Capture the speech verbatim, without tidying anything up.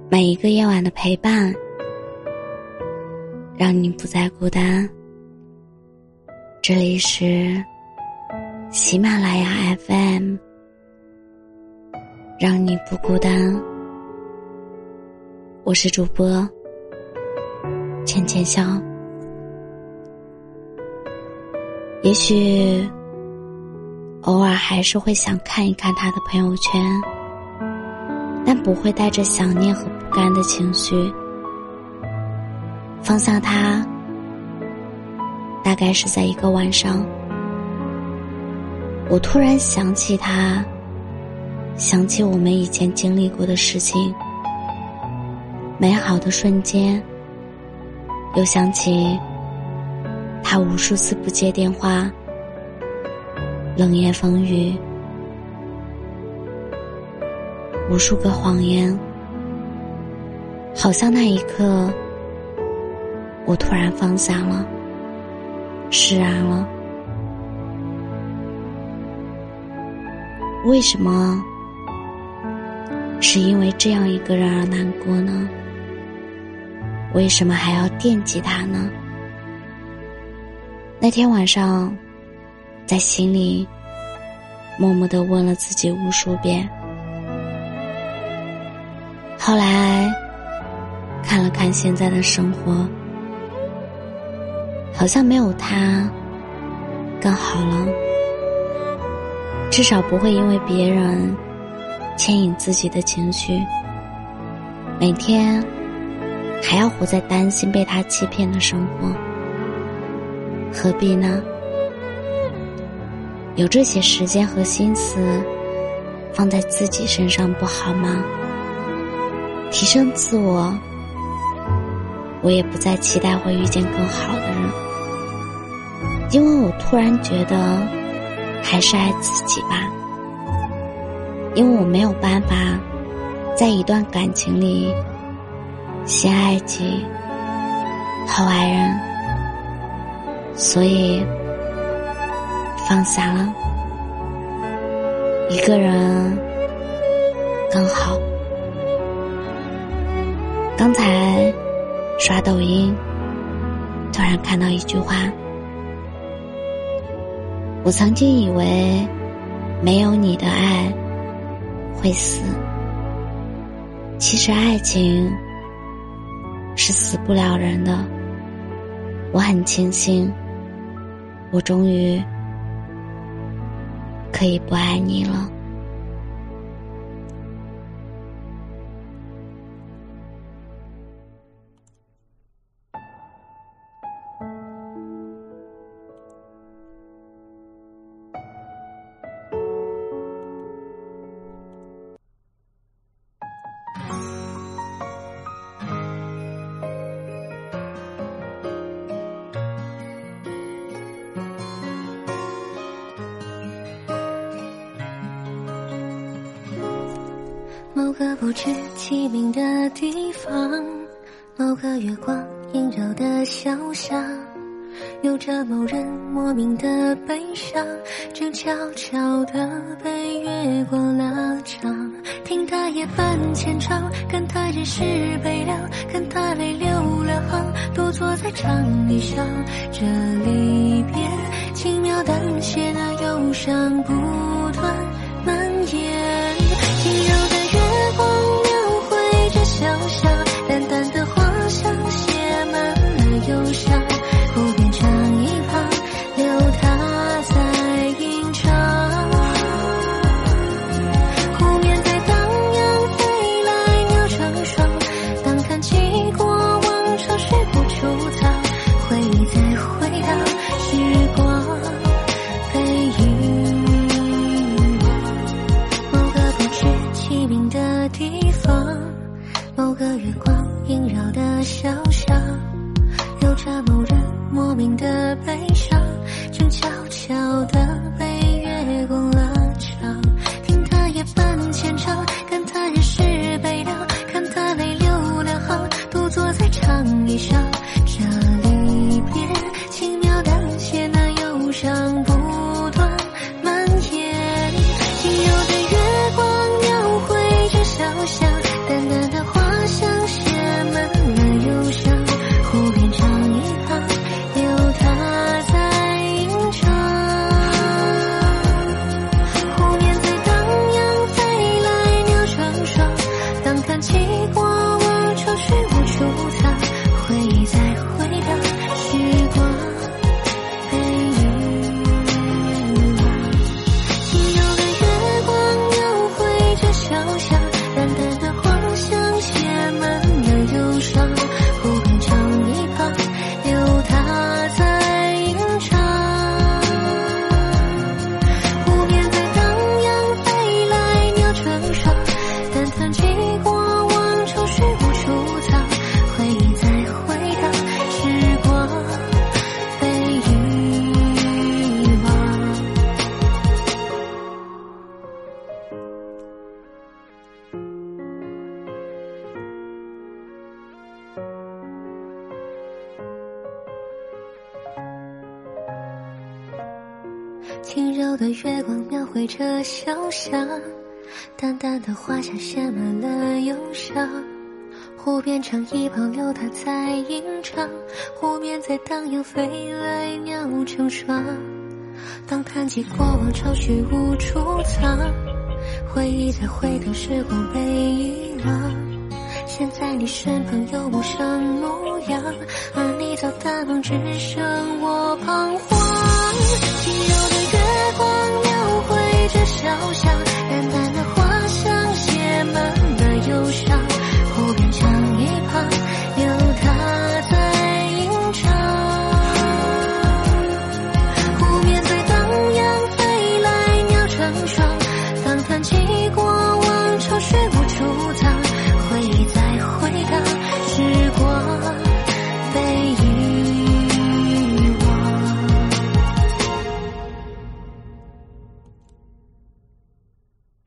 每一个夜晚的陪伴，让你不再孤单。这里是喜马拉雅 F M， 让你不孤单。我是主播浅浅笑。也许偶尔还是会想看一看他的朋友圈，但不会带着想念和不甘的情绪。放下他，大概是在一个晚上，我突然想起他，想起我们以前经历过的事情，美好的瞬间，又想起他无数次不接电话，冷言风语，无数个谎言。好像那一刻我突然放下了，释然了。为什么是因为这样一个人而难过呢？为什么还要惦记他呢？那天晚上在心里默默地问了自己无数遍，后来看了看现在的生活，好像没有他更好了，至少不会因为别人牵引自己的情绪，每天还要活在担心被他欺骗的生活，何必呢？有这些时间和心思放在自己身上不好吗？提升自我，我也不再期待会遇见更好的人，因为我突然觉得还是爱自己吧。因为我没有办法在一段感情里先爱己后爱人，所以放下了，一个人更好。刚才刷抖音，突然看到一句话，我曾经以为没有你的爱会死，其实爱情是死不了人的。我很庆幸，我终于可以不爱你了。 某个不知其名的地方，某个月光萦绕的小巷，有着某人莫名的悲伤，正悄悄地被月光拉长。听他夜半浅唱，看他人世悲凉，看他泪流两行，独坐在长椅上。这离别轻描淡写，那忧伤不断蔓延。轻柔的月光描绘着小巷，淡淡的花香写满了忧伤。湖边长椅旁，留他在吟唱。湖面在荡漾，飞来鸟成双。当看起过往，潮水不出藏，回忆再回荡，时光陪与我。某个不知其名的地方，某个月光萦绕的小巷，有着某人莫名的悲伤，正悄悄地被月光拉长。听他夜半浅唱，看他人世悲凉，看他泪流两行，独坐在长椅上。这离别轻描淡写，那忧伤不断蔓延。轻柔的月光描绘着小巷，淡淡的花香弹弹起过往，愁绪无处藏，回忆在回荡，时光被遗忘。轻柔的月光描绘着小巷，淡淡的花香写满了忧伤。湖边长椅旁流淌在吟唱，湖面在荡漾，飞来鸟成双。当谈起过往，愁绪无处藏，回忆在回荡，时光被遗忘。现在你身旁有陌生模样，而你走的梦只剩我彷徨。轻柔的月光描绘着小巷，淡淡